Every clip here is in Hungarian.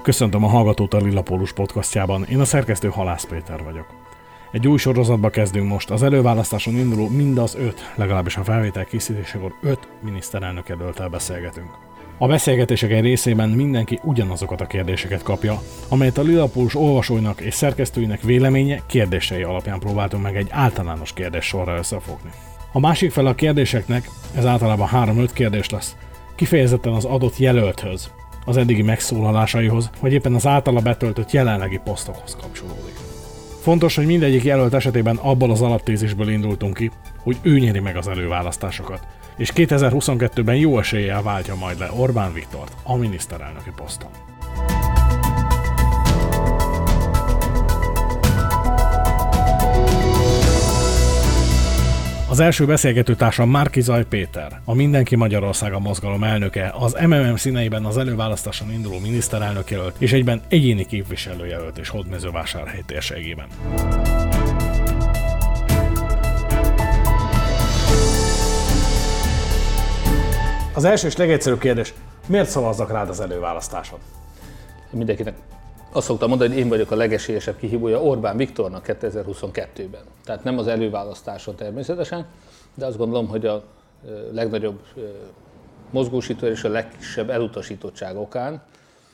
Köszöntöm a hallgatót a Lilla Pólus podcastjában, én a szerkesztő Halász Péter vagyok. Egy új sorozatba kezdünk most, az előválasztáson induló mindaz 5, legalábbis a felvétel készítésekor 5 miniszterelnök jelölttel beszélgetünk. A beszélgetések egy részében mindenki ugyanazokat a kérdéseket kapja, amelyet a Lilla Pólus olvasóinak és szerkesztőinek véleménye kérdései alapján próbáltunk meg egy általános kérdéssorra összefogni. A másik fele a kérdéseknek, ez általában 3-5 kérdés lesz, kifejezetten az adott jelölthöz, az eddigi megszólalásaihoz, vagy éppen az általa betöltött jelenlegi posztokhoz kapcsolódik. Fontos, hogy mindegyik jelölt esetében abból az alaptézisből indultunk ki, hogy ő nyeri meg az előválasztásokat, és 2022-ben jó eséllyel váltja majd le Orbán Viktort a miniszterelnöki poszton. Az első beszélgetőtársam Márki-Zay Péter, a Mindenki Magyarországa mozgalom elnöke, az MMM színeiben az előválasztáson induló miniszterelnök jelölt, és egyben egyéni képviselőjelölt és Hódmezővásárhely térségében. Az első és legegyszerűbb kérdés, miért szavazzak rád az előválasztáson? Mindenkinek azt szoktam mondani, hogy én vagyok a legesélyesebb kihívója Orbán Viktornak 2022-ben. Tehát nem az előválasztáson természetesen, de azt gondolom, hogy a legnagyobb mozgósító és a legkisebb elutasítottság okán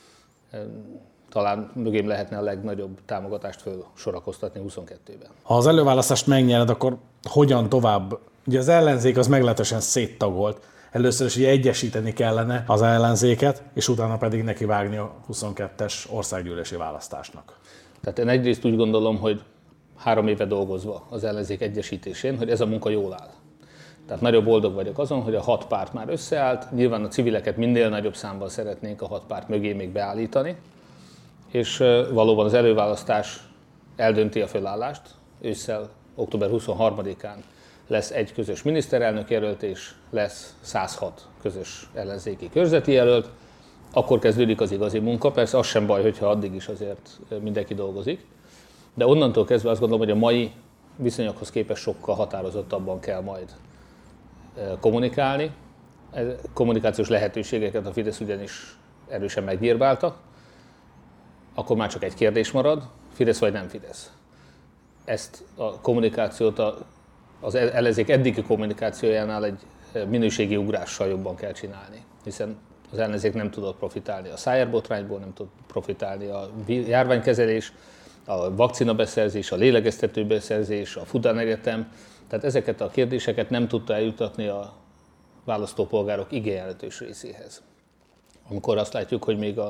talán mögém lehetne a legnagyobb támogatást fölsorakoztatni 22-ben. Ha az előválasztást megnyered, akkor hogyan tovább? Ugye az ellenzék az meglehetősen széttagolt. Először is ugye egyesíteni kellene az ellenzéket, és utána pedig nekivágni a 22-es országgyűlési választásnak. Tehát én egyrészt úgy gondolom, hogy 3 éve dolgozva az ellenzék egyesítésén, hogy ez a munka jól áll. Tehát nagyon boldog vagyok azon, hogy a 6 párt már összeállt, nyilván a civileket minél nagyobb számban szeretnénk a 6 párt mögé még beállítani, és valóban az előválasztás eldönti a fölállást. Ősszel, október 23-án lesz egy közös miniszterelnök jelölt, és lesz 106 közös ellenzéki körzeti jelölt. Akkor kezdődik az igazi munka, persze az sem baj, hogyha addig is azért mindenki dolgozik. De onnantól kezdve azt gondolom, hogy a mai viszonyokhoz képest sokkal határozottabban kell majd kommunikálni. Kommunikációs lehetőségeket a Fidesz ugyanis erősen megnyírbálta. Akkor már csak egy kérdés marad, Fidesz vagy nem Fidesz. Ezt a kommunikációt az ellenzék eddigi kommunikációjánál egy minőségi ugrással jobban kell csinálni, hiszen az ellenzék nem tudott profitálni a szájárbotrányból, nem tudott profitálni a járványkezelés, a vakcinabeszerzés, a lélegeztetőbeszerzés, a Fudan Egyetem, tehát ezeket a kérdéseket nem tudta eljutatni a választópolgárok igen jelentős részéhez. Amikor azt látjuk, hogy még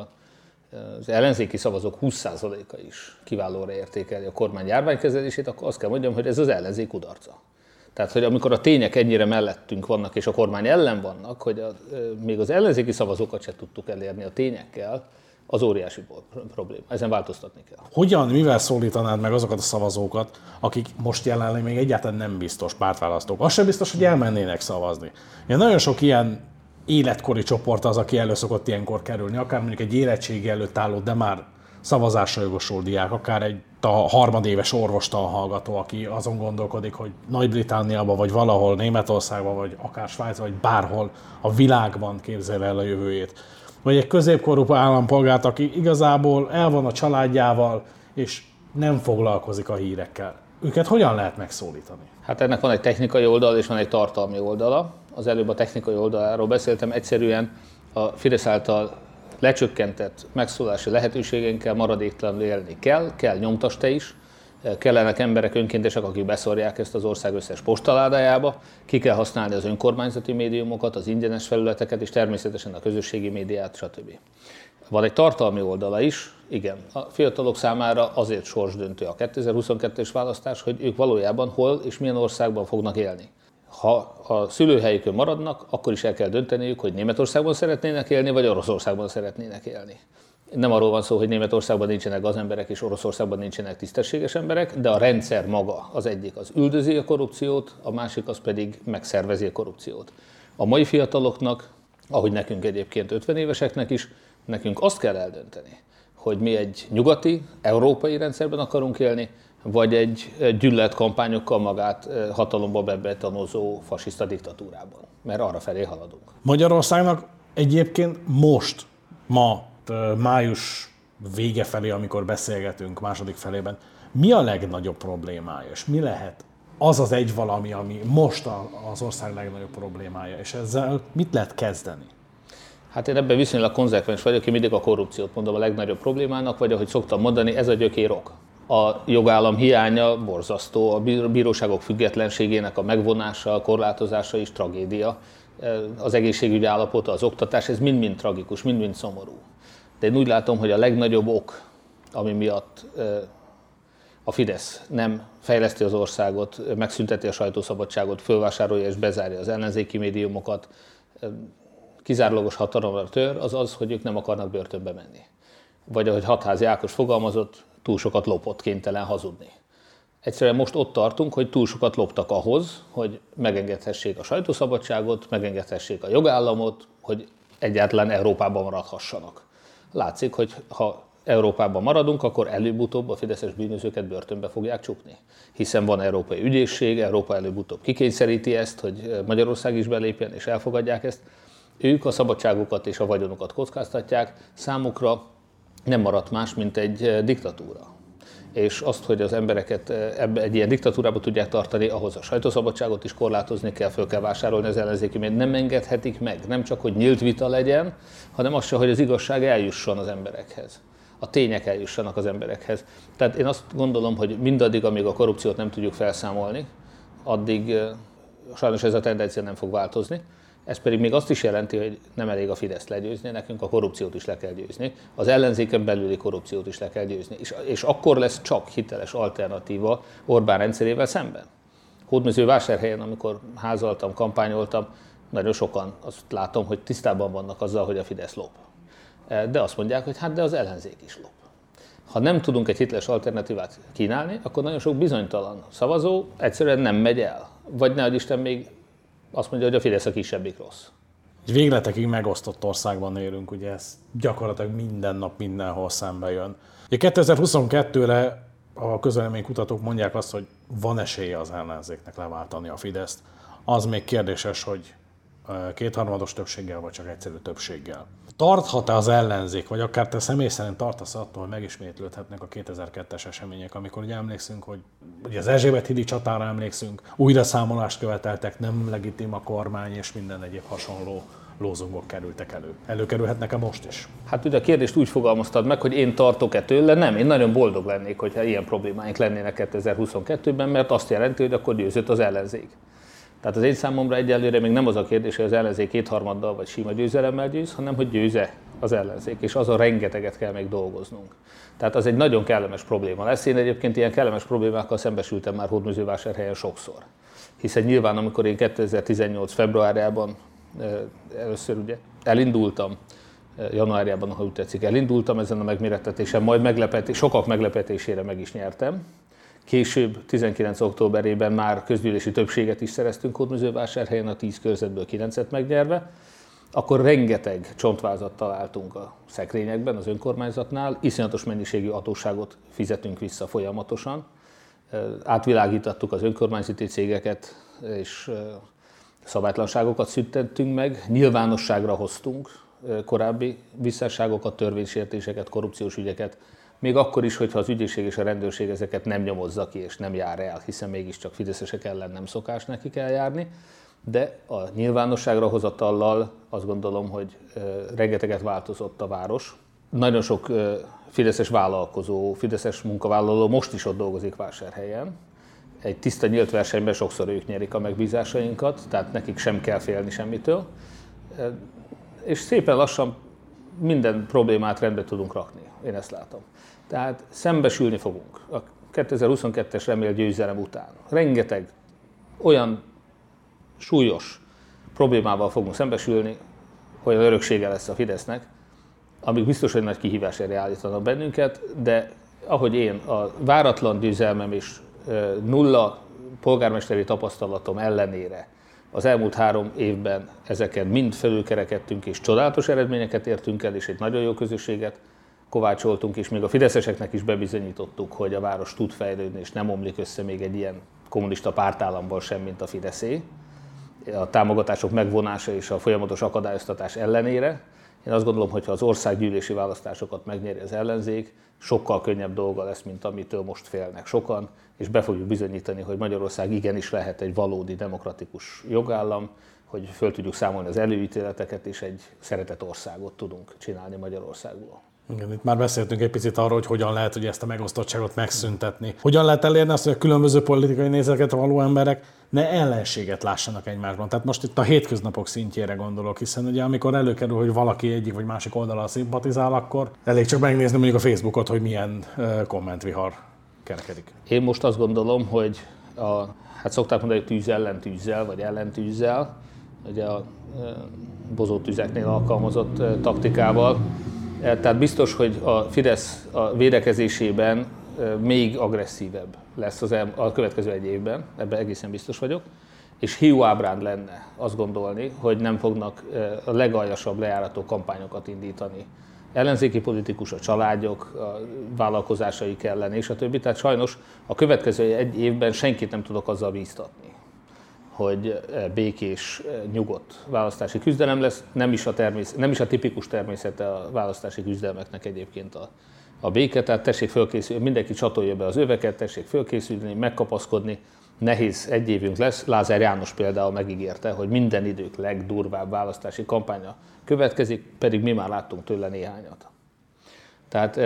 az ellenzéki szavazók 20%-a is kiválóra értékeli a kormány járványkezelését, akkor azt kell mondjam, hogy ez az ellenzék kudarca. Tehát, hogy amikor a tények ennyire mellettünk vannak, és a kormány ellen vannak, hogy még az ellenzéki szavazókat se tudtuk elérni a tényekkel, az óriási probléma. Ezen változtatni kell. Hogyan, mivel szólítanád meg azokat a szavazókat, akik most jelenleg még egyáltalán nem biztos pártválasztók? Az sem biztos, hogy elmennének szavazni. Ja, nagyon sok ilyen életkori csoport az, aki elő szokott ilyenkor kerülni, akár mondjuk egy érettségi előtt álló, de már szavazásra jogosult diák, akár egy harmadéves orvostanhallgató, aki azon gondolkodik, hogy Nagy-Britanniában, vagy valahol Németországban, vagy akár Svájcban, vagy bárhol a világban képzelje el a jövőjét. Vagy egy középkorú állampolgárt, aki igazából el van a családjával, és nem foglalkozik a hírekkel. Őket hogyan lehet megszólítani? Hát ennek van egy technikai oldala, és van egy tartalmi oldala. Az előbb a technikai oldaláról beszéltem, egyszerűen a Fidesz által lecsökkentett megszólási lehetőségeinkkel maradéktalanul élni kell nyomtas te is, kellenek emberek önkéntesek, akik beszorják ezt az ország összes postaládájába, ki kell használni az önkormányzati médiumokat, az ingyenes felületeket, és természetesen a közösségi médiát, stb. Van egy tartalmi oldala is, igen, a fiatalok számára azért sorsdöntő a 2022-es választás, hogy ők valójában hol és milyen országban fognak élni. Ha a szülőhelyükön maradnak, akkor is el kell dönteniük, hogy Németországban szeretnének élni, vagy Oroszországban szeretnének élni. Nem arról van szó, hogy Németországban nincsenek gazemberek, és Oroszországban nincsenek tisztességes emberek, de a rendszer maga az egyik az üldözi a korrupciót, a másik az pedig megszervezi a korrupciót. A mai fiataloknak, ahogy nekünk egyébként 50 éveseknek is, nekünk azt kell eldönteni, hogy mi egy nyugati, európai rendszerben akarunk élni, vagy egy gyűlöletkampányokkal magát hatalomba bebetonozó fasiszta diktatúrában. Mert arra felé haladunk. Magyarországnak egyébként ma május vége felé, amikor beszélgetünk, második felében, mi a legnagyobb problémája, és mi lehet az egy valami, ami most az ország legnagyobb problémája, és ezzel mit lehet kezdeni? Hát én ebben viszonylag konzekvens vagyok, én mindig a korrupciót mondom a legnagyobb problémának, vagy ahogy szoktam mondani, ez a gyökérok. A jogállam hiánya borzasztó, a bíróságok függetlenségének a megvonása, a korlátozása is tragédia. Az egészségügyi állapota, az oktatás, ez mind-mind tragikus, mind-mind szomorú. De én úgy látom, hogy a legnagyobb ok, ami miatt a Fidesz nem fejleszti az országot, megszünteti a sajtószabadságot, fölvásárolja és bezárja az ellenzéki médiumokat, kizárólagos hatalomra tör, az az, hogy ők nem akarnak börtönbe menni. Vagy ahogy Hatházi Ákos fogalmazott, túl sokat lopott, kénytelen hazudni. Egyszerűen most ott tartunk, hogy túl sokat loptak ahhoz, hogy megengedhessék a sajtószabadságot, megengedhessék a jogállamot, hogy egyáltalán Európában maradhassanak. Látszik, hogy ha Európában maradunk, akkor előbb-utóbb a fideszes bűnözőket börtönbe fogják csukni. Hiszen van európai ügyészség, Európa előbb-utóbb kikényszeríti ezt, hogy Magyarország is belépjen és elfogadják ezt. Ők a szabadságukat és a vagyonukat kockáztatják, számukra nem maradt más, mint egy diktatúra. És azt, hogy az embereket egy ilyen diktatúrába tudják tartani, ahhoz a sajtószabadságot is korlátozni kell, föl kell vásárolni az ellenzéki médiát, nem engedhetik meg. Nem csak, hogy nyílt vita legyen, hanem az se, hogy az igazság eljusson az emberekhez. A tények eljussanak az emberekhez. Tehát én azt gondolom, hogy mindaddig, amíg a korrupciót nem tudjuk felszámolni, addig sajnos ez a tendencia nem fog változni. Ez pedig még azt is jelenti, hogy nem elég a Fideszt legyőzni, nekünk a korrupciót is le kell győzni, az ellenzéken belüli korrupciót is le kell győzni. És akkor lesz csak hiteles alternatíva Orbán rendszerével szemben. Hódmezővásárhelyen, amikor házaltam, kampányoltam, nagyon sokan azt látom, hogy tisztában vannak azzal, hogy a Fidesz lop. De azt mondják, hogy hát de az ellenzék is lop. Ha nem tudunk egy hiteles alternatívát kínálni, akkor nagyon sok bizonytalan szavazó egyszerűen nem megy el. Vagy nehogy Isten még azt mondja, hogy a Fidesz a kisebbik rossz. Egy végletekig megosztott országban élünk, ugye ez gyakorlatilag minden nap mindenhol szembe jön. Ugye 2022-re a közvéleménykutatók mondják azt, hogy van esélye az ellenzéknek leváltani a Fideszt. Az még kérdéses, hogy kétharmados többséggel, vagy csak egyszerű többséggel. Tarthat-e az ellenzék, vagy akár te személy szerint tartasz attól, hogy megismétlődhetnek a 2002-es események, amikor ugye emlékszünk, hogy ugye az Erzsébet-hídi csatára emlékszünk, újra számolást követeltek, nem legitim a kormány, és minden egyéb hasonló lózungok kerültek elő. Előkerülhetnek-e most is? Hát ugye a kérdést úgy fogalmaztad meg, hogy én tartok-e tőle? Nem, én nagyon boldog lennék, hogyha ilyen problémáink lennének 2022-ben, mert azt jelenti, hogy akkor győzött az ellenzék. Tehát az én számomra egyelőre még nem az a kérdés, hogy az ellenzék kétharmaddal vagy sima győzelemmel győz, hanem hogy győz-e az ellenzék, és azon rengeteget kell még dolgoznunk. Tehát az egy nagyon kellemes probléma lesz. Én egyébként ilyen kellemes problémákkal szembesültem már Hódmezővásárhelyen sokszor. Hiszen nyilván, amikor én 2018. februárjában először ugye elindultam, januárjában, ha úgy tetszik, elindultam ezen a megmérettetésen, majd sokak meglepetésére meg is nyertem. Később, 19. októberében már közgyűlési többséget is szereztünk Hódmezővásárhelyen, a 10 körzetből 9-et megnyerve. Akkor rengeteg csontvázat találtunk a szekrényekben, az önkormányzatnál, iszonyatos mennyiségű adósságot fizetünk vissza folyamatosan. Átvilágítottuk az önkormányzati cégeket, és szabálytlanságokat szüntettünk meg, nyilvánosságra hoztunk korábbi visszásságokat, törvénysértéseket, korrupciós ügyeket, még akkor is, hogyha az ügyészség és a rendőrség ezeket nem nyomozza ki és nem jár el, hiszen mégiscsak fideszesek ellen nem szokás nekik eljárni, de a nyilvánosságra hozatallal azt gondolom, hogy rengeteget változott a város. Nagyon sok fideszes vállalkozó, fideszes munkavállaló most is ott dolgozik Vásárhelyen. Egy tiszta nyílt versenyben sokszor ők nyerik a megbízásainkat, tehát nekik sem kell félni semmitől. És szépen lassan minden problémát rendbe tudunk rakni, én ezt látom. Tehát szembesülni fogunk a 2022-es remélt győzelem után. Rengeteg olyan súlyos problémával fogunk szembesülni, olyan öröksége lesz a Fidesznek, amik biztos, hogy nagy kihívásra állítanak bennünket, de ahogy én a váratlan győzelmem és nulla polgármesteri tapasztalatom ellenére az elmúlt 3 évben ezeken mind felülkerekedtünk, és csodálatos eredményeket értünk el, és egy nagyon jó közösséget kovácsoltunk, és még a fideszeseknek is bebizonyítottuk, hogy a város tud fejlődni, és nem omlik össze még egy ilyen kommunista pártállamból sem, mint a Fideszé, a támogatások megvonása és a folyamatos akadályoztatás ellenére, Én azt gondolom, hogy ha az országgyűlési választásokat megnyeri az ellenzék, sokkal könnyebb dolga lesz, mint amitől most félnek sokan, és be fogjuk bizonyítani, hogy Magyarország igenis lehet egy valódi demokratikus jogállam, hogy föl tudjuk számolni az előítéleteket, és egy szeretett országot tudunk csinálni Magyarországból. Igen, itt már beszéltünk egy picit arról, hogy hogyan lehet ugye ezt a megosztottságot megszüntetni. Hogyan lehet elérni azt, hogy a különböző politikai nézeteket való emberek ne ellenséget lássanak egymásban. Tehát most itt a hétköznapok szintjére gondolok, hiszen ugye amikor előkerül, hogy valaki egyik vagy másik oldalal szimpatizál, akkor elég csak megnézni mondjuk a Facebookot, hogy milyen kommentvihar kerekedik. Én most azt gondolom, hogy hát szokták mondani, hogy tűz ellen tűzzel, vagy ellentűzzel, ugye a bozótüzeknél alkalmazott taktikával. Tehát biztos, hogy a Fidesz a védekezésében még agresszívebb lesz a következő egy évben, ebben egészen biztos vagyok, és hiúábránd lenne azt gondolni, hogy nem fognak a legaljasabb lejárató kampányokat indítani. Ellenzéki politikus, a családok, a vállalkozásaik ellen és a többi. Tehát sajnos a következő egy évben senkit nem tudok azzal bíztatni, hogy békés, nyugodt választási küzdelem lesz. Nem is a tipikus természete a választási küzdelmeknek egyébként a béke. Tehát tessék fölkészülni, mindenki csatolja be az öveket, tessék fölkészülni, megkapaszkodni. Nehéz egy évünk lesz. Lázár János például megígérte, hogy minden idők legdurvább választási kampánya következik, pedig mi már láttunk tőle néhányat. Tehát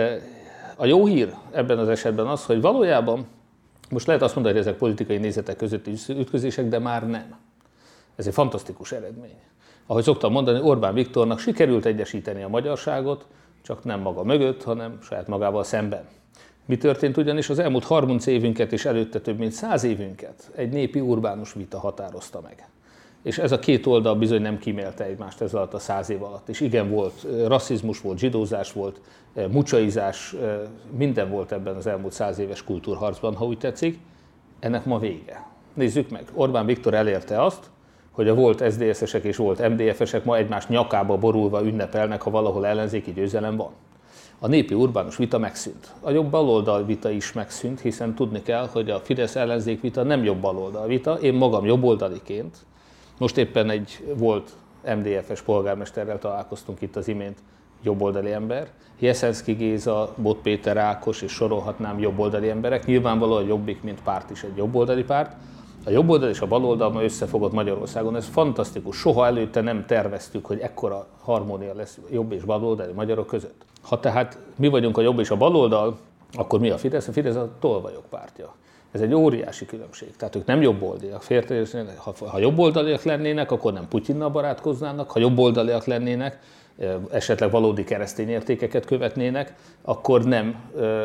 a jó hír ebben az esetben az, hogy valójában most lehet azt mondani, hogy ezek politikai nézetek közötti ütközések, de már nem. Ez egy fantasztikus eredmény. Ahogy szoktam mondani, Orbán Viktornak sikerült egyesíteni a magyarságot, csak nem maga mögött, hanem saját magával szemben. Mi történt ugyanis? Az elmúlt 30 évünket és előtte több mint 100 évünket egy népi urbánus vita határozta meg. És ez a két oldal bizony nem kímélte egymást ez alatt a 100 év alatt. És igen, volt rasszizmus, volt zsidózás, volt mucsaizás, minden volt ebben az elmúlt 100 éves kultúrharcban, ha úgy tetszik. Ennek ma vége. Nézzük meg, Orbán Viktor elérte azt, hogy a volt SZDSZ-esek és volt MDF-esek ma egymás nyakába borulva ünnepelnek, ha valahol ellenzéki győzelem van. A népi urbánus vita megszűnt. A jobb baloldal vita is megszűnt, hiszen tudni kell, hogy a Fidesz ellenzék vita nem jobb baloldal vita. Én magam jobboldaliként, most éppen egy volt MDF-es polgármesterrel találkoztunk itt az imént, jobboldali ember. Jeszenszky Géza, Bot Péter Ákos és sorolhatnám jobboldali emberek. Nyilvánvalóan a Jobbik, mint párt is egy jobboldali párt. A jobboldal és a baloldal ma összefogott Magyarországon. Ez fantasztikus. Soha előtte nem terveztük, hogy ekkora harmónia lesz jobb és baloldali magyarok között. Ha tehát mi vagyunk a jobb és a baloldal, akkor mi a Fidesz? A Fidesz a tolvajok pártja. Ez egy óriási különbség. Tehát ők nem jobboldaliak. Ha jobboldaliak lennének, akkor nem Putyinnal barátkoznának. Ha jobboldaliak lennének, esetleg valódi keresztény értékeket követnének, akkor nem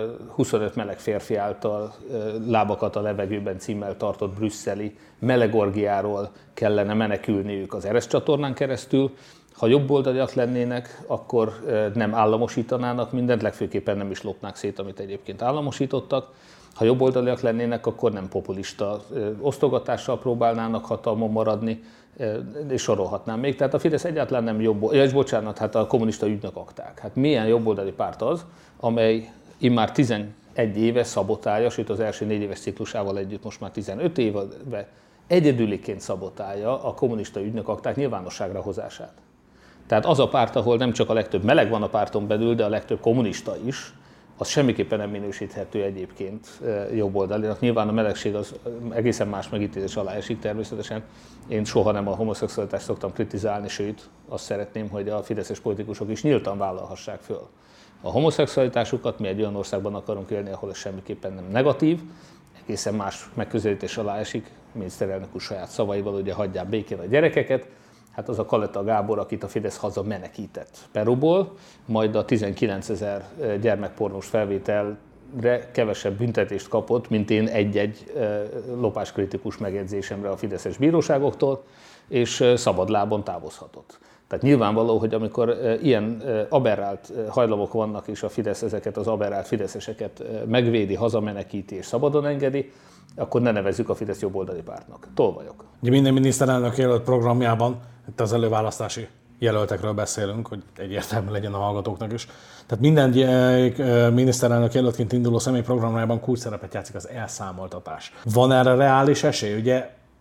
25 meleg férfi által lábakat a levegőben címmel tartott brüsszeli melegorgiáról kellene menekülniük az Eresz csatornán keresztül. Ha jobboldaliak lennének, akkor nem államosítanának mindent, legfőképpen nem is lopnák szét, amit egyébként államosítottak. Ha jobboldaliak lennének, akkor nem populista osztogatással próbálnának hatalmon maradni, és sorolhatnám még. Tehát a Fidesz egyáltalán nem hát a kommunista ügynökakták. Hát milyen jobboldali párt az, amely immár 11 éve szabotálja, sőt az első 4 éves ciklusával együtt most már 15 éve egyedüliként szabotálja a kommunista ügynökakták nyilvánosságra hozását. Tehát az a párt, ahol nem csak a legtöbb meleg van a párton belül, de a legtöbb kommunista is, az semmiképpen nem minősíthető egyébként jobboldalinak. Nyilván a melegség az egészen más megítélés alá esik természetesen. Én soha nem a homoszexualitást szoktam kritizálni, sőt azt szeretném, hogy a fideszes politikusok is nyíltan vállalhassák föl a homoszexualitásukat. Mi egy olyan országban akarunk élni, ahol ez semmiképpen nem negatív, egészen más megközelítés alá esik. Miniszterelnök úr saját szavaival, ugye hagyják békén a gyerekeket. Hát az a Kaleta Gábor, akit a Fidesz haza menekített Peruból, majd a 19 000 gyermekpornós felvételre kevesebb büntetést kapott, mint én egy-egy lopáskritikus megjegyzésemre a fideszes bíróságoktól, és szabadlábon távozhatott. Tehát nyilvánvaló, hogy amikor ilyen aberrált hajlamok vannak, és a Fidesz ezeket az aberrált fideszeseket megvédi, hazamenekíti és szabadon engedi, akkor ne nevezzük a Fidesz jobboldali pártnak. Tolvajok. Ugye minden miniszterelnök jelölt programjában, itt az előválasztási jelöltekről beszélünk, hogy egyértelmű legyen a hallgatóknak is. Tehát minden miniszterelnök jelöltként induló személy programjában kulcsszerepet játszik az elszámoltatás. Van erre reális esély? Ugye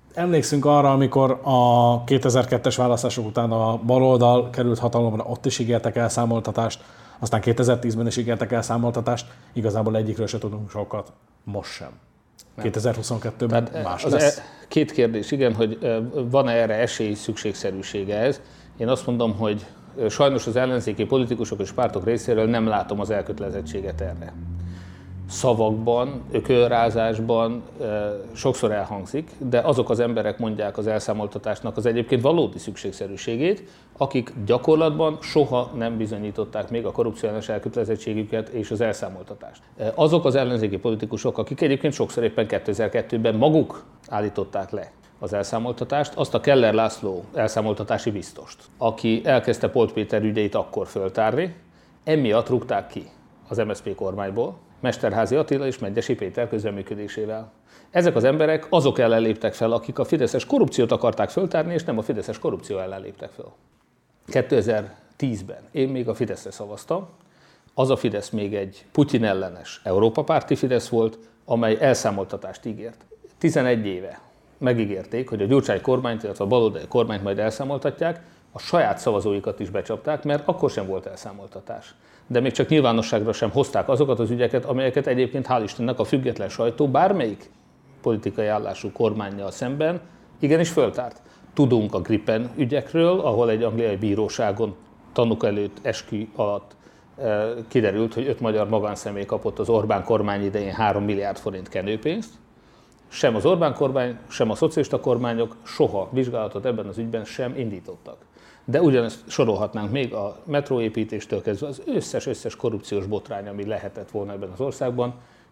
Emlékszünk arra, amikor a 2002-es választások után a baloldal került hatalomra, ott is ígértek elszámoltatást, aztán 2010-ben is ígértek elszámoltatást, igazából egyikről se tudunk sokat, most sem. 2022-ben más lesz. Két kérdés, igen, hogy van-e erre esély, szükségszerűsége ez. Én azt mondom, hogy sajnos az ellenzéki politikusok és pártok részéről nem látom az elkötelezettséget erre. Szavakban, ökölrázásban sokszor elhangzik, de azok az emberek mondják az elszámoltatásnak az egyébként valódi szükségszerűségét, akik gyakorlatban soha nem bizonyították még a korrupciós elkötelezettségüket és az elszámoltatást. Azok az ellenzéki politikusok, akik egyébként sokszor éppen 2002-ben maguk állították le az elszámoltatást, azt a Keller László elszámoltatási biztost, aki elkezdte Polt Péter ügyeit akkor föltárni, emiatt rúgták ki az MSZP kormányból, Mesterházy Attila és Medgyessy Péter közreműködésével. Ezek az emberek azok ellen léptek fel, akik a fideszes korrupciót akarták föltárni, és nem a fideszes korrupció ellen léptek fel. 2010-ben én még a Fideszre szavaztam, az a Fidesz még egy Putyin ellenes Európa párti Fidesz volt, amely elszámoltatást ígért. 11 éve megígérték, hogy a Gyurcsány kormányt, illetve a baloldali kormányt majd elszámoltatják, a saját szavazóikat is becsapták, mert akkor sem volt elszámoltatás. De még csak nyilvánosságra sem hozták azokat az ügyeket, amelyeket egyébként hál' Istennek a független sajtó bármelyik politikai állású kormánnyal szemben igenis föltárt. Tudunk a Gripen ügyekről, ahol egy angliai bíróságon tanúk előtt eskü alatt kiderült, hogy 5 magyar magánszemély kapott az Orbán kormány idején 3 milliárd forint kenőpénzt. Sem az Orbán kormány, sem a szocialista kormányok soha vizsgálatot ebben az ügyben sem indítottak. De ugyanezt sorolhatnánk még a metróépítéstől kezdve az összes korrupciós botrány, ami lehetett volna ebben az országban.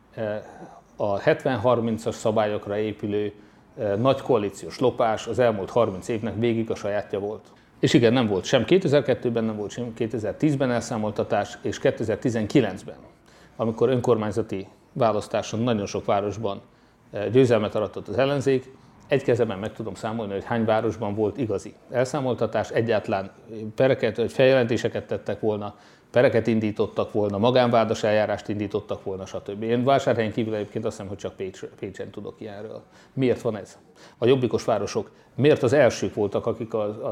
A 70-30-as szabályokra épülő nagy koalíciós lopás az elmúlt 30 évnek végig a sajátja volt. És igen, nem volt sem 2002-ben, nem volt sem 2010-ben elszámoltatás, és 2019-ben, amikor önkormányzati választáson nagyon sok városban győzelmet aratott az ellenzék, egy kezemben meg tudom számolni, hogy hány városban volt igazi elszámoltatás, egyáltalán pereket, vagy feljelentéseket tettek volna, pereket indítottak volna, magánvádas eljárást indítottak volna, stb. Én Vásárhelyen kívül egyébként azt hiszem, hogy csak Pécsen tudok ilyenről. Miért van ez? A jobbikos városok miért az elsők voltak, akik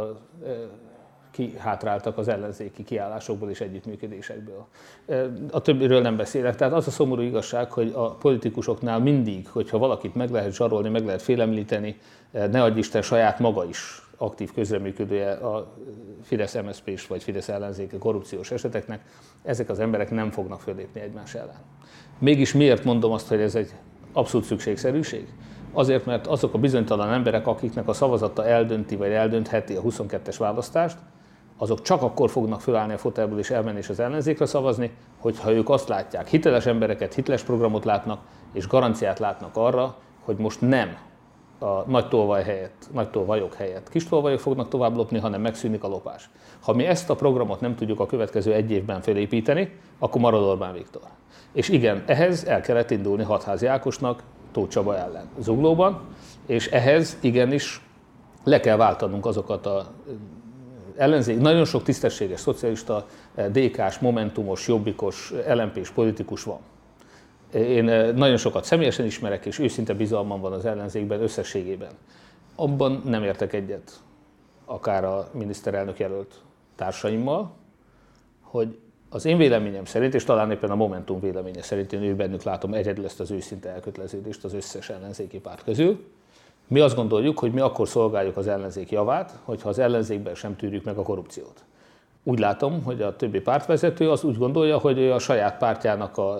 kihátráltak az ellenzéki kiállásokból és együttműködésekből. A többiről nem beszélek. Tehát az a szomorú igazság, hogy a politikusoknál mindig, hogyha valakit meg lehet zsarolni, meg lehet félemlíteni, ne adj Isten saját maga is aktív közreműködője a Fidesz-MSZP-s vagy Fidesz ellenzéki korrupciós eseteknek, ezek az emberek nem fognak fölépni egymás ellen. Mégis miért mondom azt, hogy ez egy abszolút szükségszerűség? Azért, mert azok a bizonytalan emberek, akiknek a szavazata eldönti vagy eldöntheti a 22-es választást, azok csak akkor fognak fölállni a fotelből és elmenni és az ellenzékre szavazni, hogyha ők azt látják, hiteles embereket, hiteles programot látnak, és garanciát látnak arra, hogy most nem a nagy tolvajok helyett kis tolvajok fognak tovább lopni, hanem megszűnik a lopás. Ha mi ezt a programot nem tudjuk a következő egy évben felépíteni, akkor marad Orbán Viktor. És igen, ehhez el kellett indulni Hatházi Ákosnak Tóth Csaba ellen Zuglóban, és ehhez igenis le kell váltanunk azokat a ellenzék, nagyon sok tisztességes szocialista, DK-s, momentumos, jobbikos, LMP-s politikus van. Én nagyon sokat személyesen ismerek, és őszinte bizalmam van az ellenzékben összességében. Abban nem értek egyet, akár a miniszterelnök jelölt társaimmal, hogy az én véleményem szerint, és talán éppen a Momentum véleménye szerint, én ő bennük látom egyedül ezt az őszinte elköteleződést az összes ellenzéki párt közül. Mi azt gondoljuk, hogy mi akkor szolgáljuk az ellenzék javát, hogyha az ellenzékben sem tűrjük meg a korrupciót. Úgy látom, hogy a többi pártvezető az úgy gondolja, hogy ő a saját pártjának a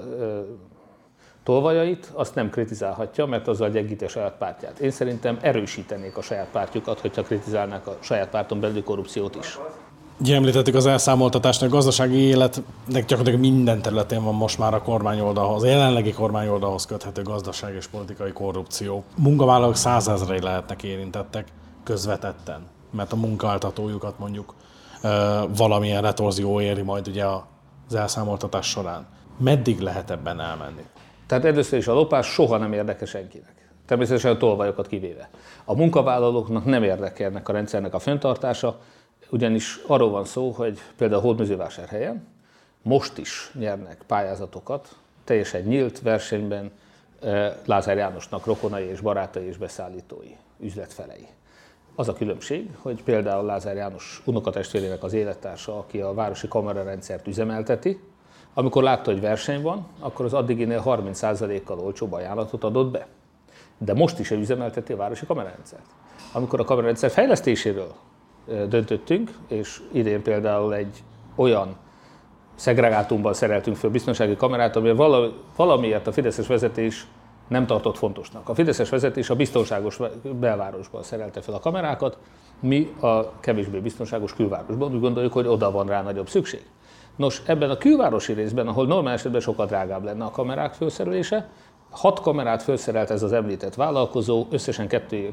tolvajait azt nem kritizálhatja, mert azzal gyengíti a saját pártját. Én szerintem erősítenék a saját pártjukat, hogyha kritizálnák a saját párton belüli korrupciót is. Ugye említettük az elszámoltatást, a gazdasági életnek gyakorlatilag minden területén van most már a kormányoldalhoz, a jelenlegi kormányoldalhoz köthető gazdaság és politikai korrupció. Munkavállalók 100 000-ei lehetnek érintettek közvetetten, mert a munkáltatójukat mondjuk valamilyen retorzió éri majd ugye az elszámoltatás során. Meddig lehet ebben elmenni? Tehát először is a lopás soha nem érdekel senkinek. Természetesen a tolvajokat kivéve. A munkavállalóknak nem érdekel ennek a rendszernek a fenntartása, ugyanis arról van szó, hogy például Hódmezővásárhelyen most is nyernek pályázatokat, teljesen nyílt versenyben Lázár Jánosnak rokonai és barátai és beszállítói. üzletfelei. Az a különbség, hogy például Lázár János unokatestvérének az élettársa, aki a városi kamerarendszert üzemelteti, amikor látta, hogy verseny van, akkor az addiginél 30%-kal olcsóbb ajánlatot adott be. De most is üzemelteti a városi kamerarendszert. Amikor a kamerarendszer fejlesztéséről döntöttünk, és idén például egy olyan szegregátumban szereltünk föl biztonsági kamerát, ami valamiért a fideszes vezetés nem tartott fontosnak. A fideszes vezetés a biztonságos belvárosban szerelte fel a kamerákat, mi a kevésbé biztonságos külvárosban úgy gondoljuk, hogy oda van rá nagyobb szükség. Nos, ebben a külvárosi részben, ahol normál esetben sokkal drágább lenne a kamerák felszerelése, 6 kamerát felszerelt ez az említett vállalkozó összesen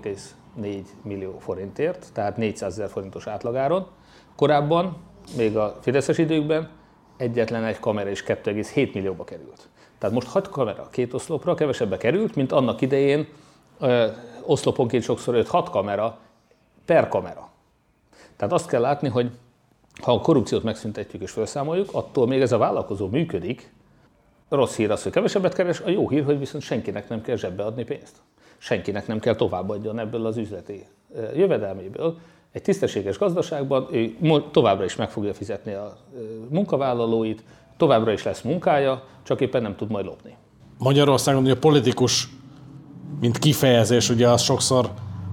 2,4 millió forintért, tehát 400 000 forintos átlagáron. Korábban, még a fideszes időkben egyetlen egy kamera is 2,7 millióba került. Tehát most 6 kamera 2 oszlopra kevesebbe került, mint annak idején oszloponként sokszor 5-6 kamera per kamera. Tehát azt kell látni, hogy ha a korrupciót megszüntetjük és felszámoljuk, attól még ez a vállalkozó működik. Rossz hír az, hogy kevesebbet keres, a jó hír, hogy viszont senkinek nem kell zsebbe adni pénzt. Senkinek nem kell továbbadjon ebből az üzleti jövedelméből. Egy tisztességes gazdaságban ő továbbra is meg fogja fizetni a munkavállalóit, továbbra is lesz munkája, csak éppen nem tud majd lopni. Magyarországon ugye a politikus, mint kifejezés, ugye az sokszor,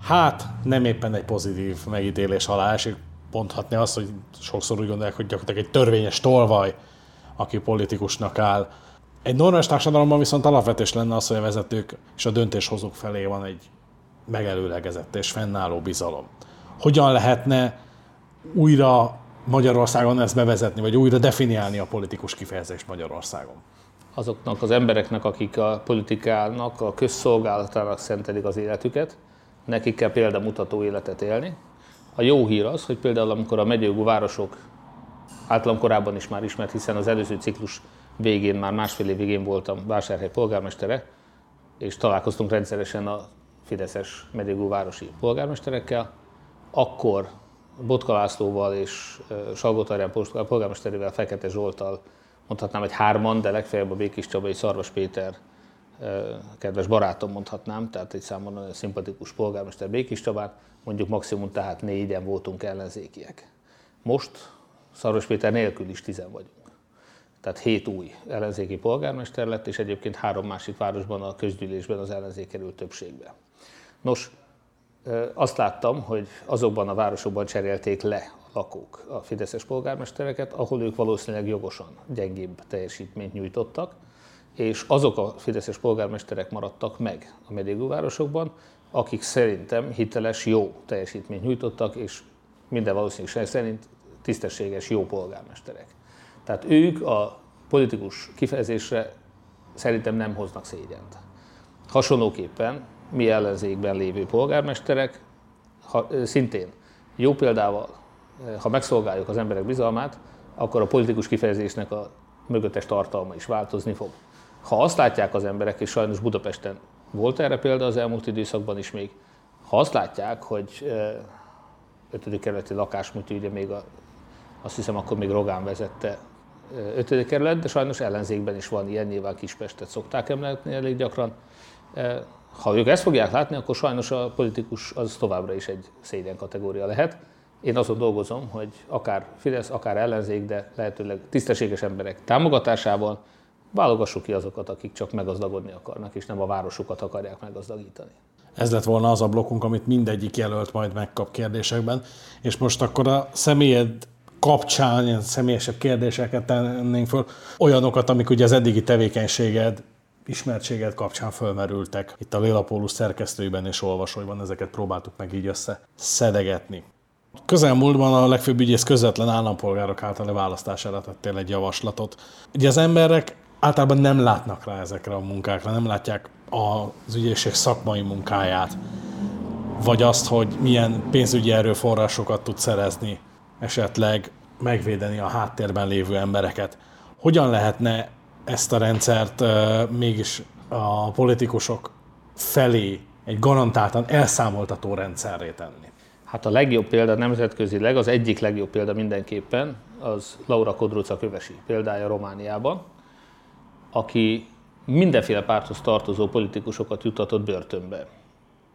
nem éppen egy pozitív megítélés alá esik. Mondhatni azt, hogy sokszor úgy gondolják, hogy gyakorlatilag egy törvényes tolvaj, aki politikusnak áll. Egy normális társadalomban viszont alapvetés lenne az, hogy a vezetők és a döntéshozók felé van egy megelőlegezett és fennálló bizalom. Hogyan lehetne újra Magyarországon ezt bevezetni, vagy újra definiálni a politikus kifejezést Magyarországon? Azoknak az embereknek, akik a politikának, a közszolgálatának szentelik az életüket, nekik kell példamutató életet élni. A jó hír az, hogy például amikor a megyőjogú városok, általam korábban is már ismert, hiszen az előző ciklus végén, már másfél év végén voltam Vásárhely polgármestere, és találkoztunk rendszeresen a fideszes megyőjogú városi polgármesterekkel, akkor Botka Lászlóval és Salgótarján polgármesterével, Fekete Zsolttal, mondhatnám, hogy 3-an, de legfeljebb a Békés Csaba és Szarvas Péter, kedves barátom mondhatnám, tehát egy számomra nagyon szimpatikus polgármester Békés Csabán, mondjuk maximum tehát 4-en voltunk ellenzékiek. Most Szarvas Péter nélkül is 10 vagyunk. Tehát 7 új ellenzéki polgármester lett, és egyébként 3 másik városban a közgyűlésben az ellenzék került többségbe. Nos, azt láttam, hogy azokban a városokban cserélték le a lakók a fideszes polgármestereket, ahol ők valószínűleg jogosan gyengébb teljesítményt nyújtottak, és azok a fideszes polgármesterek maradtak meg a megyőjogú városokban, akik szerintem hiteles, jó teljesítményt nyújtottak, és minden valószínűség szerint tisztességes, jó polgármesterek. Tehát ők a politikus kifejezésre szerintem nem hoznak szégyent. Hasonlóképpen mi ellenzékben lévő polgármesterek szintén jó példával, ha megszolgáljuk az emberek bizalmát, akkor a politikus kifejezésnek a mögöttes tartalma is változni fog. Ha azt látják az emberek, és sajnos Budapesten volt erre példa az elmúlt időszakban is még, ha azt látják, hogy 5. kerületi lakásműtű, ugye még azt hiszem akkor még Rogán vezette 5. kerület, de sajnos ellenzékben is van ilyen, nyilván Kispestet szokták emlegetni elég gyakran. Ha ők ezt fogják látni, akkor sajnos a politikus az továbbra is egy szégyen kategória lehet. Én azon dolgozom, hogy akár Fidesz, akár ellenzék, de lehetőleg tisztességes emberek támogatásával válogassuk ki azokat, akik csak meggazdagodni akarnak, és nem a városukat akarják meggazdagítani. Ez lett volna az a blokkunk, amit mindegyik jelölt majd megkap kérdésekben, és most akkor a személyed kapcsán ilyen személyesebb kérdéseket tennénk föl, olyanokat, amik ugye az eddigi tevékenységed, ismertséged kapcsán fölmerültek. Itt a Lélapólus szerkesztőiben és olvasóiban ezeket próbáltuk meg így összeszedegetni. Közelmúltban a legfőbb ügyész közvetlen állampolgárok által választására tettél egy javaslatot. Ugye az emberek általában nem látnak rá ezekre a munkákra, nem látják az ügyészség szakmai munkáját, vagy azt, hogy milyen pénzügyi erőforrásokat tud szerezni, esetleg megvédeni a háttérben lévő embereket. Hogyan lehetne ezt a rendszert mégis a politikusok felé egy garantáltan elszámoltató rendszerré tenni? Hát a legjobb példa nemzetközileg, az egyik legjobb példa mindenképpen, az Laura Codruța Kövesi példája Romániában, aki mindenféle párthoz tartozó politikusokat juttatott börtönbe.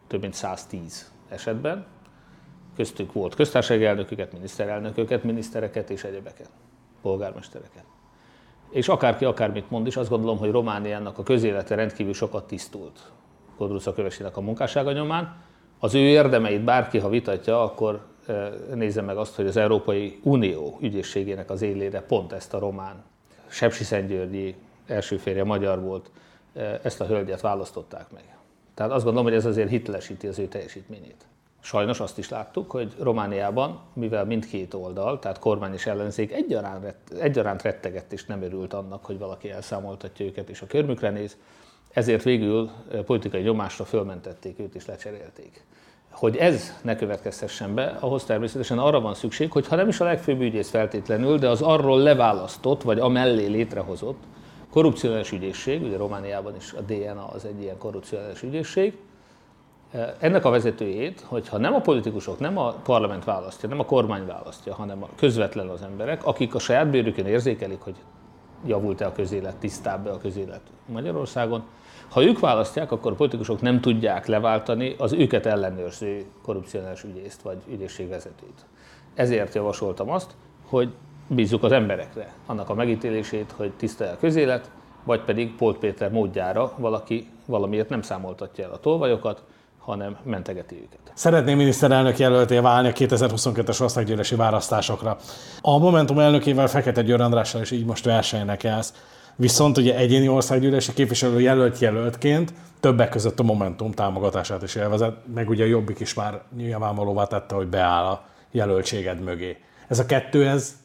több mint 110 esetben. Köztük volt köztársasági elnököket, miniszterelnököket, minisztereket és egyebeket, polgármestereket. És akárki akármit mond is, azt gondolom, hogy Romániának a közélete rendkívül sokat tisztult Kodruca Kövesinek a munkássága nyomán. Az ő érdemeit bárki, ha vitatja, akkor nézze meg azt, hogy az Európai Unió ügyészségének az élére pont ezt a román, Sepsiszentgyörgyi első férje magyar volt, ezt a hölgyet választották meg. Tehát azt gondolom, hogy ez azért hitelesíti az ő teljesítményét. Sajnos azt is láttuk, hogy Romániában, mivel mindkét oldal, tehát kormány és ellenzék egyaránt rettegett és nem örült annak, hogy valaki elszámoltatja őket és a körmükre néz, ezért végül politikai nyomásra fölmentették őt és lecserélték. Hogy ez ne következhessen be, ahhoz természetesen arra van szükség, hogy ha nem is a legfőbb ügyész feltétlenül, de az arról leválasztott, vagy amellé létrehozott korrupciós ügyészség, ugye Romániában is a DNA az egy ilyen korrupciós ügyészség, ennek a vezetőjét, hogyha nem a politikusok, nem a parlament választja, nem a kormány választja, hanem közvetlen az emberek, akik a saját bőrükön érzékelik, hogy javult-e a közélet, tisztább-e a közélet Magyarországon. Ha ők választják, akkor a politikusok nem tudják leváltani az őket ellenőrző korrupciós ügyészt vagy ügyészségvezetőt. Ezért javasoltam azt, hogy bízzuk az emberekre annak a megítélését, hogy tiszta a közélet, vagy pedig Polt Péter módjára valaki valamiért nem számoltatja el a tolvajokat, hanem mentegeti őket. Szeretném miniszterelnök jelölté válni a 2022-es országgyűlési választásokra. A Momentum elnökével, Fekete Győr Andrással is így most versenynek állsz. Viszont ugye egyéni országgyűlési képviselő jelöltként többek között a Momentum támogatását is élvezett, meg ugye a Jobbik is már nyilvánvalóvá tette, hogy beáll a jelöltséged mögé. Ez a kettő, ez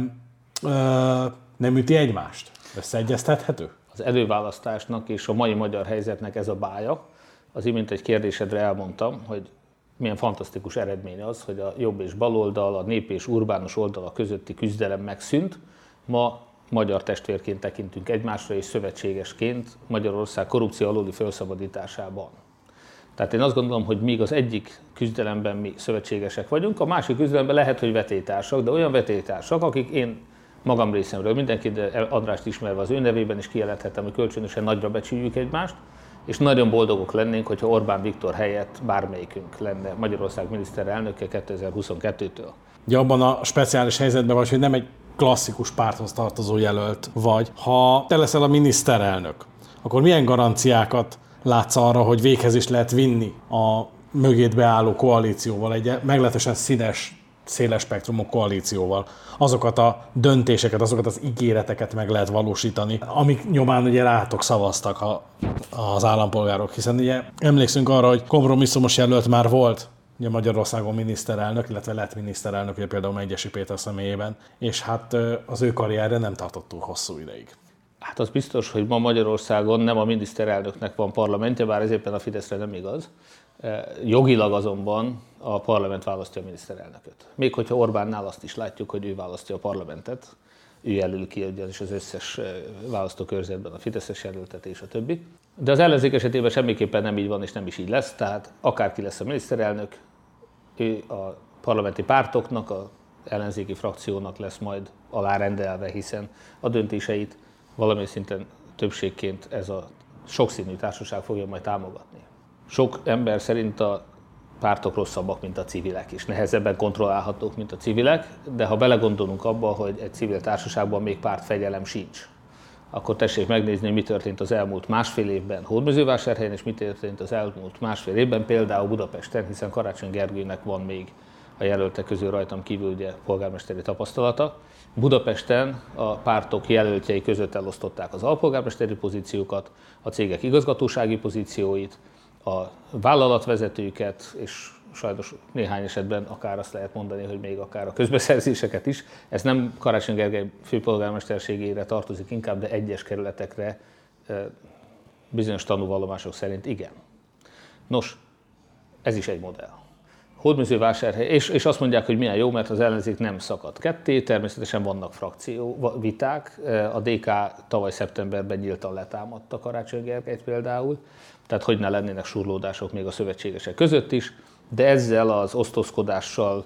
nem üti egymást? Összeegyeztethető? Az előválasztásnak és a mai magyar helyzetnek ez a bája. Az imént egy kérdésedre elmondtam, hogy milyen fantasztikus eredmény az, hogy a jobb és baloldal, a nép és urbánus oldala közötti küzdelem megszűnt. Ma magyar testvérként tekintünk egymásra, és szövetségesként Magyarország korrupció alóli felszabadításában. Tehát én azt gondolom, hogy míg az egyik küzdelemben mi szövetségesek vagyunk, a másik küzdelemben lehet, hogy vetélytársak, de olyan vetélytársak, akik én magam részemről, mindenki, de Andrást ismerve az ő nevében is kijelenthetem, hogy kölcsönösen nagyra becsüljük egymást, és nagyon boldogok lennénk, hogyha Orbán Viktor helyett bármelyikünk lenne Magyarország miniszterelnöke 2022-től. Ugye abban a speciális helyzetben vagy, hogy nem egy klasszikus párthoz tartozó jelölt vagy. Ha te leszel a miniszterelnök, akkor milyen garanciákat látsz arra, hogy véghez is lehet vinni a mögéd beálló koalícióval, egy meglehetősen színes, széles spektrumú koalícióval, azokat a döntéseket, azokat az ígéreteket meg lehet valósítani, amik nyomán ugye rátok szavaztak az állampolgárok, hiszen ugye emlékszünk arra, hogy kompromisszumos jelölt már volt ugye Magyarországon miniszterelnök, illetve lett miniszterelnök, ugye például Megyesi Péter személyében, és hát az ő karrierje nem tartott túl hosszú ideig. Hát az biztos, hogy ma Magyarországon nem a miniszterelnöknek van parlamentje, bár ez éppen a Fideszre nem igaz. Jogilag azonban a parlament választja a miniszterelnököt. Még hogyha Orbánnál azt is látjuk, hogy ő választja a parlamentet, ő jelöl ki ugyanis az összes választókörzetben a fideszes jelöltet és a többi. De az ellenzék esetében semmiképpen nem így van és nem is így lesz, tehát akárki lesz a miniszterelnök, ő a parlamenti pártoknak, az ellenzéki frakciónak lesz majd alárendelve, hiszen a döntéseit valamilyen szinten többségként ez a sokszínű társaság fogja majd támogatni. Sok ember szerint a pártok rosszabbak, mint a civilek, és nehezebben kontrollálhatók, mint a civilek, de ha belegondolunk abba, hogy egy civil társaságban még pártfegyelem sincs, akkor tessék megnézni, hogy mi történt az elmúlt másfél évben Hódmezővásárhelyen, és mi történt az elmúlt másfél évben, például Budapesten, hiszen Karácsony Gergőnek van még a jelöltek közül rajtam kívül ugye polgármesteri tapasztalata. Budapesten a pártok jelöltjei között elosztották az alpolgármesteri pozíciókat, a cégek igazgatósági pozícióit, a vállalatvezetőket, és sajnos néhány esetben akár azt lehet mondani, hogy még akár a közbeszerzéseket is. Ez nem Karácsony Gergely főpolgármesterségére tartozik inkább, de egyes kerületekre bizonyos tanúvallomások szerint igen. Nos, ez is egy modell. Hódmezővásárhely, és azt mondják, hogy milyen jó, mert az ellenzék nem szakad ketté, természetesen vannak viták. A DK tavaly szeptemberben nyíltan letámadta Karácsony Gergelyt például, tehát hogy ne lennének surlódások még a szövetségesek között is, de ezzel az osztozkodással,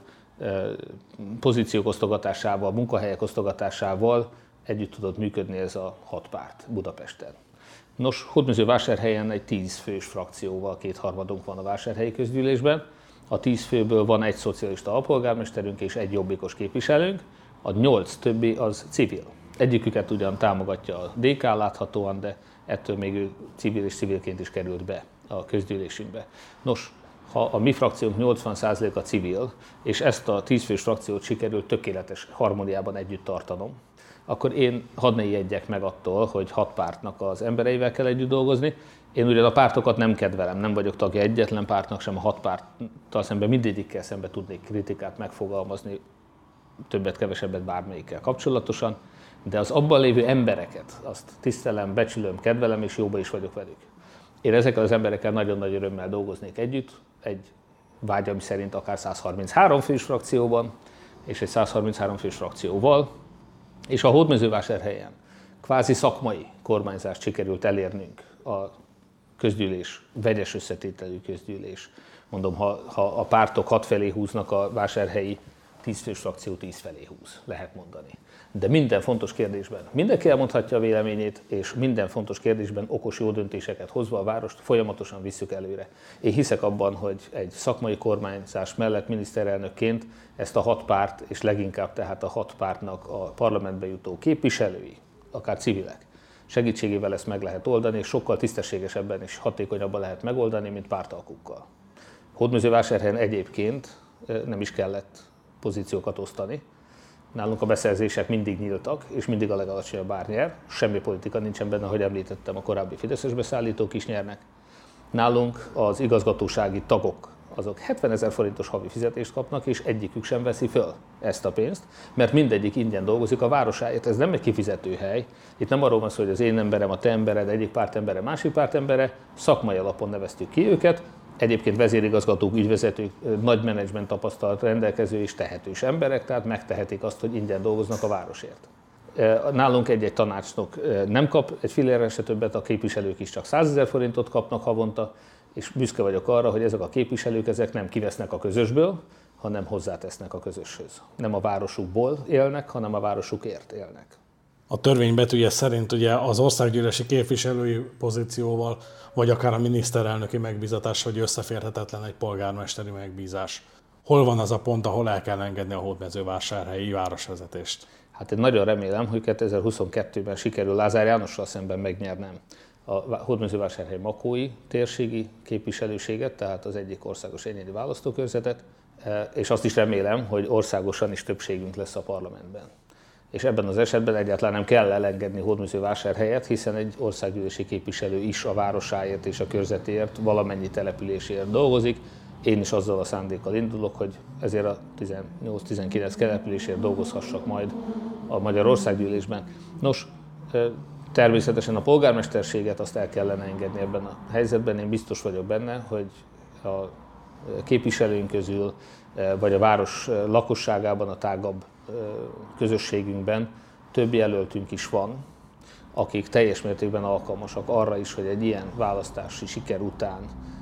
pozíciók osztogatásával, munkahelyek osztogatásával együtt tudott működni ez a 6 párt Budapesten. Nos, Hódmezővásárhelyen egy 10 fős frakcióval kétharmadunk van a vásárhelyi közgyűlésben. A 10 főből van egy szocialista alpolgármesterünk és egy jobbikos képviselőnk, a 8 többi az civil. Egyiküket ugyan támogatja a DK láthatóan, de ettől még ő civil és civilként is került be a közgyűlésünkbe. Nos, ha a mi frakciónk 80%-a civil, és ezt a 10 fős frakciót sikerült tökéletes harmóniában együtt tartanom, akkor én hadd ne ijedjek meg attól, hogy 6 pártnak az embereivel kell együtt dolgozni. Én ugyan a pártokat nem kedvelem, nem vagyok tagja egyetlen pártnak, sem a 6 párttal szemben mindegyikkel szemben tudnék kritikát megfogalmazni, többet-kevesebbet bármelyikkel kapcsolatosan, de az abban lévő embereket, azt tisztelem, becsülöm, kedvelem, és jóba is vagyok velük. Én ezekkel az emberekkel nagyon nagy örömmel dolgoznék együtt, egy vágyam szerint akár 133 fős frakcióban, és egy 133 fős frakcióval, és a Hódmezővásárhelyen kvázi szakmai kormányzást sikerült elérnünk a közgyűlés, vegyes összetételű közgyűlés. Mondom, ha a pártok 6 felé húznak, a vásárhelyi 10 fős frakció 10 felé húz, lehet mondani. De minden fontos kérdésben mindenki elmondhatja a véleményét, és minden fontos kérdésben okos, jó döntéseket hozva a várost folyamatosan visszük előre. Én hiszek abban, hogy egy szakmai kormányzás mellett miniszterelnökként ezt a 6 párt, és leginkább tehát a 6 pártnak a parlamentbe jutó képviselői, akár civilek, segítségével ezt meg lehet oldani, és sokkal tisztességesebben és hatékonyabban lehet megoldani, mint pártalkukkal. Hódmezővásárhelyen egyébként nem is kellett pozíciókat osztani. Nálunk a beszerzések mindig nyíltak, és mindig a legalacsonyabb ár nyer. Semmi politika nincsen benne, ahogy említettem, a korábbi fideszes beszállítók is nyernek. Nálunk az igazgatósági tagok, azok 70 000 forintos havi fizetést kapnak, és egyikük sem veszi föl ezt a pénzt, mert mindegyik ingyen dolgozik a városáért. Ez nem egy kifizetőhely. Itt nem arról van szó, hogy az én emberem, a te embered, egyik párt embere, másik párt embere, szakmai alapon neveztük ki őket. Egyébként vezérigazgatók, ügyvezetők, nagy menedzsment tapasztalat rendelkező és tehetős emberek, tehát megtehetik azt, hogy ingyen dolgoznak a városért. Nálunk egy-egy tanácsnok nem kap egy fillérrel se többet, a képviselők is csak 100 000 forintot kapnak havonta, és büszke vagyok arra, hogy ezek a képviselők ezek nem kivesznek a közösből, hanem hozzátesznek a közöshöz. Nem a városukból élnek, hanem a városukért élnek. A törvény betűje szerint ugye az országgyűlési képviselői pozícióval, vagy akár a miniszterelnöki megbízatás, hogy összeférhetetlen egy polgármesteri megbízás. Hol van az a pont, ahol el kell engedni a hódmezővásárhelyi városvezetést? Hát én nagyon remélem, hogy 2022-ben sikerül Lázár Jánossal szemben megnyernem a Hódmezővásárhely makói térségi képviselőséget, tehát az egyik országos egyéni választókörzetet, és azt is remélem, hogy országosan is többségünk lesz a parlamentben. És ebben az esetben egyáltalán nem kell elengedni Hódmezővásárhelyet, hiszen egy országgyűlési képviselő is a városáért és a körzetéért, valamennyi településért dolgozik. Én is azzal a szándékkal indulok, hogy ezért a 18-19 településért dolgozhassak majd a Magyar Országgyűlésben. Nos, természetesen a polgármesterséget azt el kellene engedni ebben a helyzetben. Én biztos vagyok benne, hogy a képviselőink közül, vagy a város lakosságában, a tágabb közösségünkben több jelöltünk is van, akik teljes mértékben alkalmasak arra is, hogy egy ilyen választási siker után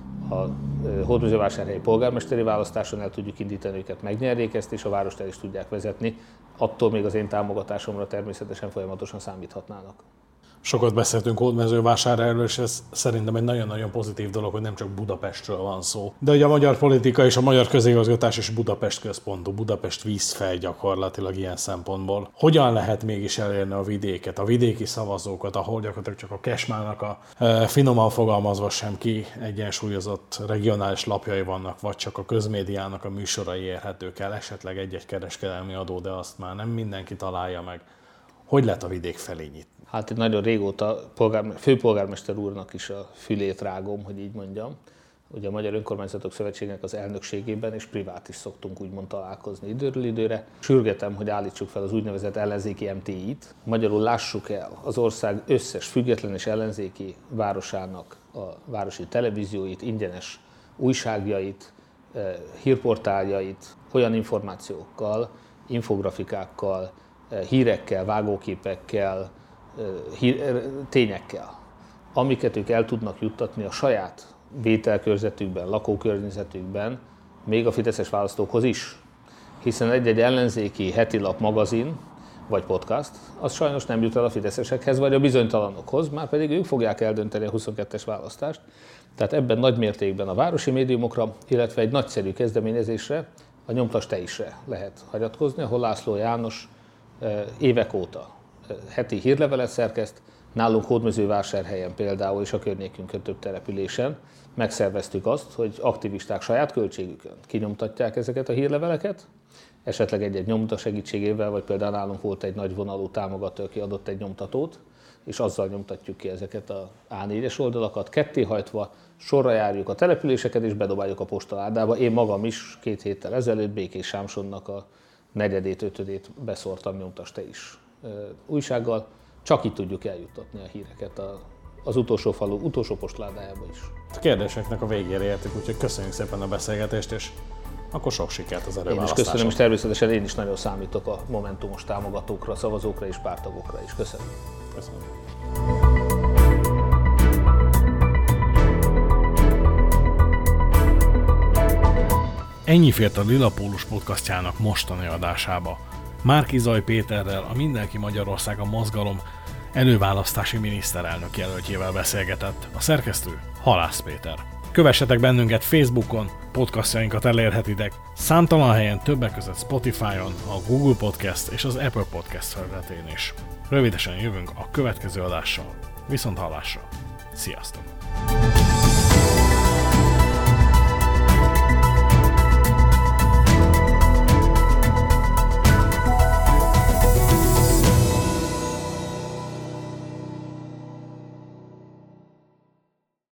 a Hódmezővásárhelyi polgármesteri választáson el tudjuk indítani őket, megnyerjék ezt, és a várost el is tudják vezetni. Attól még az én támogatásomra természetesen folyamatosan számíthatnának. Sokat beszéltünk Hódmezővásárhelyről, és ez szerintem egy nagyon-nagyon pozitív dolog, hogy nem csak Budapestről van szó. De ugye a magyar politika és a magyar közigazgatás is Budapest központú, Budapest vízfej gyakorlatilag ilyen szempontból. Hogyan lehet mégis elérni a vidéket, a vidéki szavazókat, ahol gyakorlatilag csak a Kesmának a finoman fogalmazva sem kiegyensúlyozott regionális lapjai vannak, vagy csak a közmédiának a műsorai érhetők el, esetleg egy-egy kereskedelmi adó, de azt már nem mindenki találja meg. Hogy lehet a vidék felé nyitni? Hát itt nagyon régóta főpolgármester úrnak is a fülét rágom, hogy így mondjam. Ugye a Magyar Önkormányzatok Szövetségének az elnökségében és privát is szoktunk úgymond találkozni időről időre. Sürgetem, hogy állítsuk fel az úgynevezett ellenzéki MTI-t. Magyarul lássuk el az ország összes független és ellenzéki városának a városi televízióit, ingyenes újságjait, hírportáljait, olyan információkkal, infografikákkal, hírekkel, vágóképekkel, tényekkel, amiket ők el tudnak juttatni a saját vételkörzetükben, lakókörnyezetükben, még a fideszes választókhoz is. Hiszen egy-egy ellenzéki hetilap magazin, vagy podcast, az sajnos nem jut el a fideszesekhez, vagy a bizonytalanokhoz, már pedig ők fogják eldönteni a 22-es választást. Tehát ebben nagy mértékben a városi médiumokra, illetve egy nagyszerű kezdeményezésre, a Nyomtasd te isre lehet hagyatkozni, ahol László János évek óta heti hírlevelet szerkeszt, nálunk Hódmezővásárhelyen például és a környékünkön több településen megszerveztük azt, hogy aktivisták saját költségükön kinyomtatják ezeket a hírleveleket, esetleg egy nyomta segítségével, vagy például nálunk volt egy nagy vonalú támogató, aki adott egy nyomtatót, és azzal nyomtatjuk ki ezeket a A4-es oldalakat, kettéhajtva, sorra járjuk a településeket, és bedobáljuk a postaládába. Én magam is 2 héttel ezelőtt Békés Sámsonnak a 4., 5. beszórtam Nyomtasd te is újsággal. Csak így tudjuk eljuttatni a híreket az utolsó falu, utolsó postaládájába is. A kérdéseknek a végére értük, úgyhogy köszönjük szépen a beszélgetést, és akkor sok sikert az előválasztáson. Én is köszönöm, és természetesen én is nagyon számítok a momentumos támogatókra, szavazókra és párttagokra is. Köszönöm. Köszönöm. Ennyi fért a Lila Pólus podcastjának mostani adásába. Márki-Zay Péterrel, a Mindenki Magyarországa mozgalom előválasztási miniszterelnök jelöltjével beszélgetett, a szerkesztő Halász Péter. Kövessetek bennünket Facebookon, podcastjainkat elérhetitek számtalan helyen, többek között Spotify-on, a Google Podcast és az Apple Podcast felületén is. Rövidesen jövünk a következő adással. Viszont hallásra! Sziasztok!